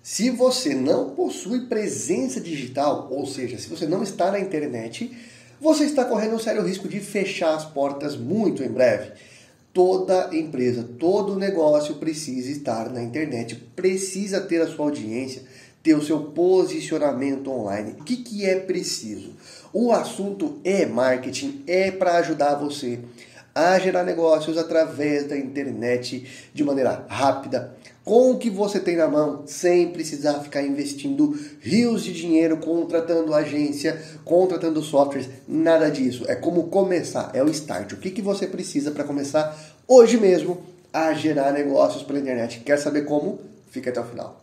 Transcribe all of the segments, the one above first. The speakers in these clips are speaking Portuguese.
Se você não possui presença digital, ou seja, se você não está na internet, você está correndo um sério risco de fechar as portas muito em breve. Toda empresa, todo negócio precisa estar na internet, precisa ter a sua audiência, ter o seu posicionamento online. O que é preciso? O assunto é marketing, é para ajudar você a gerar negócios através da internet de maneira rápida, com o que você tem na mão, sem precisar ficar investindo rios de dinheiro, contratando agência, contratando softwares, nada disso. É como começar, é o start. O que você precisa para começar hoje mesmo a gerar negócios pela internet? Quer saber como? Fica até o final.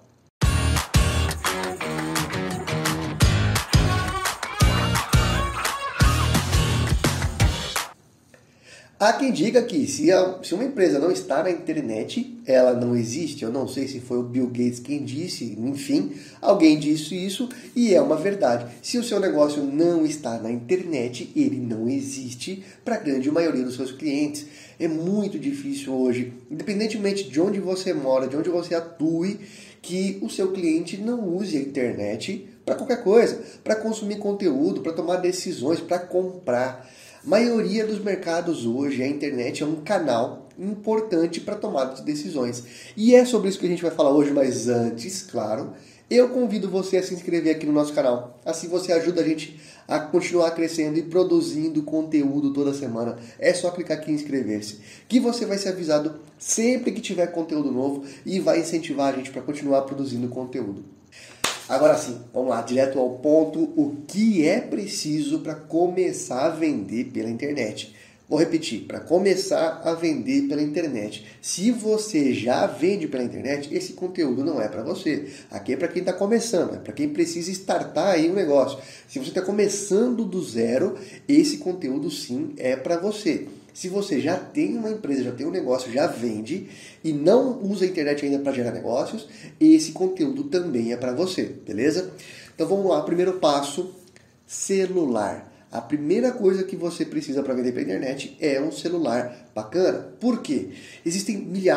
Há quem diga que se uma empresa não está na internet, ela não existe. Eu não sei se foi o Bill Gates quem disse, enfim, alguém disse isso e é uma verdade. Se o seu negócio não está na internet, ele não existe para a grande maioria dos seus clientes. É muito difícil hoje, independentemente de onde você mora, de onde você atue, que o seu cliente não use a internet para qualquer coisa, para consumir conteúdo, para tomar decisões, para comprar. A maioria dos mercados hoje, a internet é um canal importante para tomada de decisões. E é sobre isso que a gente vai falar hoje, mas antes, claro, eu convido você a se inscrever aqui no nosso canal. Assim você ajuda a gente a continuar crescendo e produzindo conteúdo toda semana. É só clicar aqui em inscrever-se, que você vai ser avisado sempre que tiver conteúdo novo e vai incentivar a gente para continuar produzindo conteúdo. Agora sim, vamos lá, direto ao ponto, o que é preciso para começar a vender pela internet? Vou repetir, para começar a vender pela internet. Se você já vende pela internet, esse conteúdo não é para você. Aqui é para quem está começando, é para quem precisa startar aí um negócio. Se você está começando do zero, esse conteúdo sim é para você. Se você já tem uma empresa, já tem um negócio, já vende e não usa a internet ainda para gerar negócios, esse conteúdo também é para você, beleza? Então vamos lá, primeiro passo, celular. A primeira coisa que você precisa para vender pela internet é um celular bacana. Por quê? Existem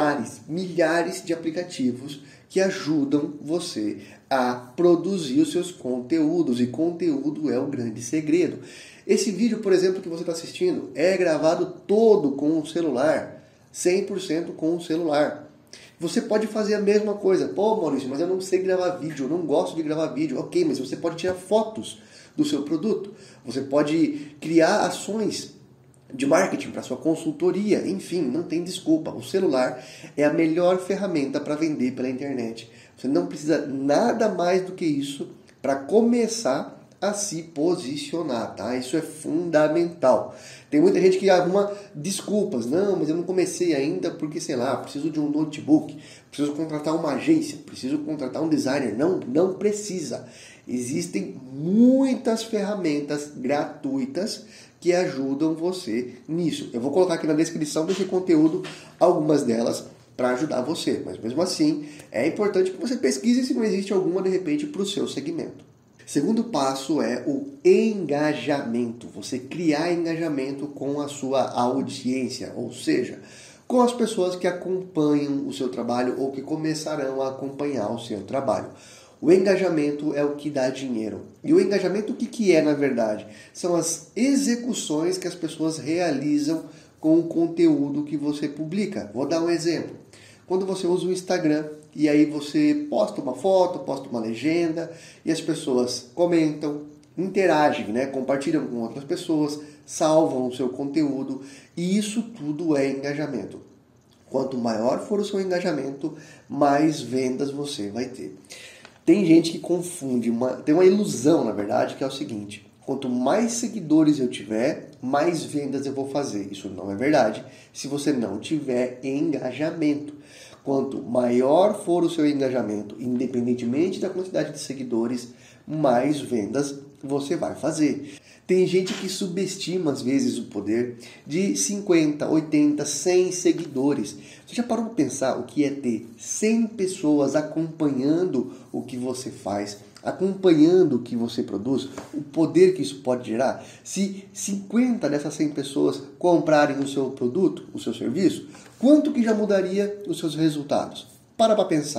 milhares de aplicativos que ajudam você a produzir os seus conteúdos e conteúdo é o grande segredo. Esse vídeo, por exemplo, que você está assistindo é gravado todo com o celular, 100% com o celular. Você pode fazer a mesma coisa. Pô, Maurício, mas eu não sei gravar vídeo, eu não gosto de gravar vídeo. Ok, mas você pode tirar fotos do seu produto. Você pode criar ações de marketing para sua consultoria. Enfim, não tem desculpa. O celular é a melhor ferramenta para vender pela internet. Você não precisa nada mais do que isso para começar a se posicionar, tá? Isso é fundamental. Tem muita gente que arruma desculpas. Não, mas eu não comecei ainda porque, sei lá, preciso de um notebook, preciso contratar uma agência, preciso contratar um designer. Não precisa. Existem muitas ferramentas gratuitas que ajudam você nisso. Eu vou colocar aqui na descrição desse conteúdo algumas delas para ajudar você. Mas mesmo assim, é importante que você pesquise se não existe alguma, de repente, para o seu segmento. Segundo passo é o engajamento. Você criar engajamento com a sua audiência, ou seja, com as pessoas que acompanham o seu trabalho ou que começarão a acompanhar o seu trabalho. O engajamento é o que dá dinheiro. E o engajamento o que é, na verdade? São as execuções que as pessoas realizam com o conteúdo que você publica. Vou dar um exemplo. Quando você usa o Instagram e aí você posta uma foto, posta uma legenda e as pessoas comentam, interagem, né? Compartilham com outras pessoas, salvam o seu conteúdo e isso tudo é engajamento. Quanto maior for o seu engajamento, mais vendas você vai ter. Tem gente que confunde, tem uma ilusão, na verdade, que é o seguinte: quanto mais seguidores eu tiver, mais vendas eu vou fazer. Isso não é verdade se você não tiver engajamento. Quanto maior for o seu engajamento, independentemente da quantidade de seguidores, mais vendas você vai fazer. Tem gente que subestima, às vezes, o poder de 50, 80, 100 seguidores. Você já parou para pensar o que é ter 100 pessoas acompanhando o que você faz, acompanhando o que você produz, o poder que isso pode gerar? Se 50 dessas 100 pessoas comprarem o seu produto, o seu serviço, quanto que já mudaria os seus resultados? Para pensar.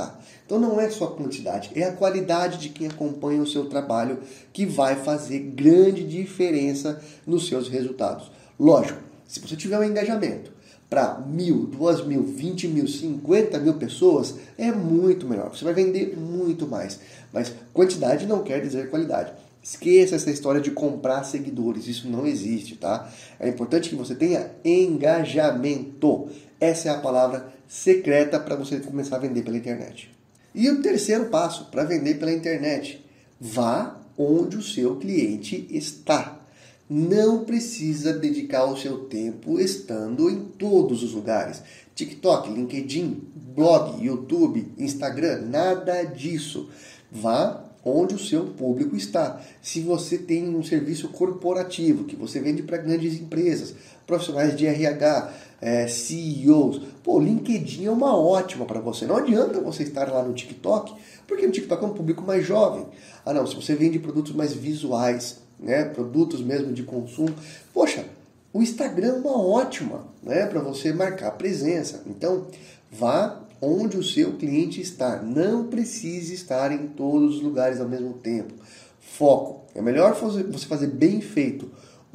Então não é só a quantidade, é a qualidade de quem acompanha o seu trabalho que vai fazer grande diferença nos seus resultados. Lógico, se você tiver um engajamento para 1.000, 2.000, 20.000, 50.000 pessoas, é muito melhor. Você vai vender muito mais. Mas quantidade não quer dizer qualidade. Esqueça essa história de comprar seguidores. Isso não existe, tá? É importante que você tenha engajamento. Essa é a palavra secreta para você começar a vender pela internet. E o terceiro passo para vender pela internet: vá onde o seu cliente está. Não precisa dedicar o seu tempo estando em todos os lugares. TikTok, LinkedIn, blog, YouTube, Instagram, nada disso. Vá onde o seu público está. Se você tem um serviço corporativo, que você vende para grandes empresas, profissionais de RH, CEOs, LinkedIn é uma ótima para você. Não adianta você estar lá no TikTok, porque no TikTok é um público mais jovem. Não, se você vende produtos mais visuais, produtos mesmo de consumo, o Instagram é uma ótima, para você marcar presença. Então, vá onde o seu cliente está. Não precise estar em todos os lugares ao mesmo tempo. Foco. É melhor você fazer bem feito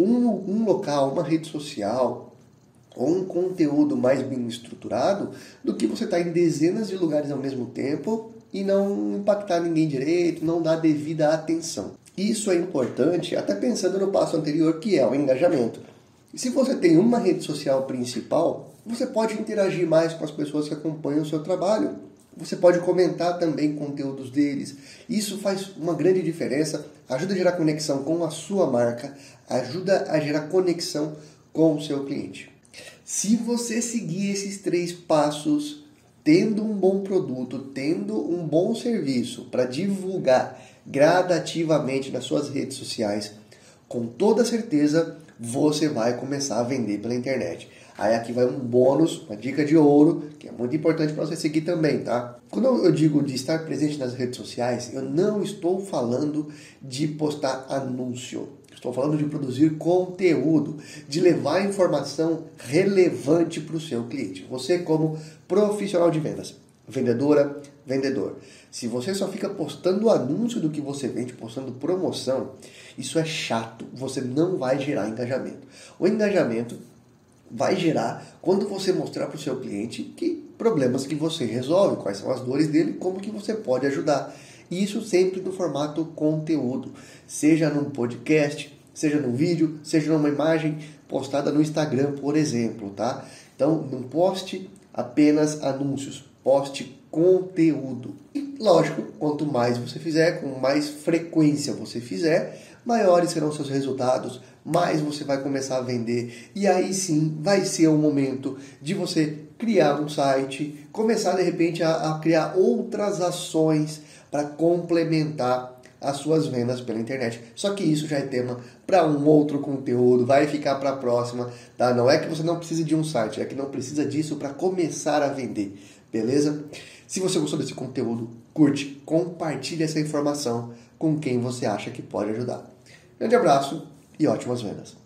um local, uma rede social, ou um conteúdo mais bem estruturado, do que você estar em dezenas de lugares ao mesmo tempo e não impactar ninguém direito, não dar devida atenção. Isso é importante, até pensando no passo anterior, que é o engajamento. E se você tem uma rede social principal, você pode interagir mais com as pessoas que acompanham o seu trabalho. Você pode comentar também conteúdos deles. Isso faz uma grande diferença, ajuda a gerar conexão com a sua marca, ajuda a gerar conexão com o seu cliente. Se você seguir esses 3 passos, tendo um bom produto, tendo um bom serviço para divulgar gradativamente nas suas redes sociais, com toda certeza você vai começar a vender pela internet. Aí aqui vai um bônus, uma dica de ouro, que é muito importante para você seguir também, tá? Quando eu digo de estar presente nas redes sociais, eu não estou falando de postar anúncio. Estou falando de produzir conteúdo, de levar informação relevante para o seu cliente. Você como profissional de vendas, vendedora, vendedor. Se você só fica postando anúncio do que você vende, postando promoção, isso é chato. Você não vai gerar engajamento. O engajamento vai gerar quando você mostrar para o seu cliente que problemas que você resolve, quais são as dores dele, como que você pode ajudar. E isso sempre no formato conteúdo, seja num podcast, seja num vídeo, seja numa imagem postada no Instagram, por exemplo, tá? Então, não poste apenas anúncios, poste conteúdo. E, lógico, quanto mais você fizer, com mais frequência você fizer, maiores serão seus resultados, mais você vai começar a vender. E aí sim, vai ser o momento de você criar um site, começar de repente a criar outras ações para complementar as suas vendas pela internet. Só que isso já é tema para um outro conteúdo, vai ficar para a próxima, tá? Não é que você não precise de um site, é que não precisa disso para começar a vender, beleza? Se você gostou desse conteúdo, curte, compartilhe essa informação com quem você acha que pode ajudar. Grande abraço e ótimas vendas!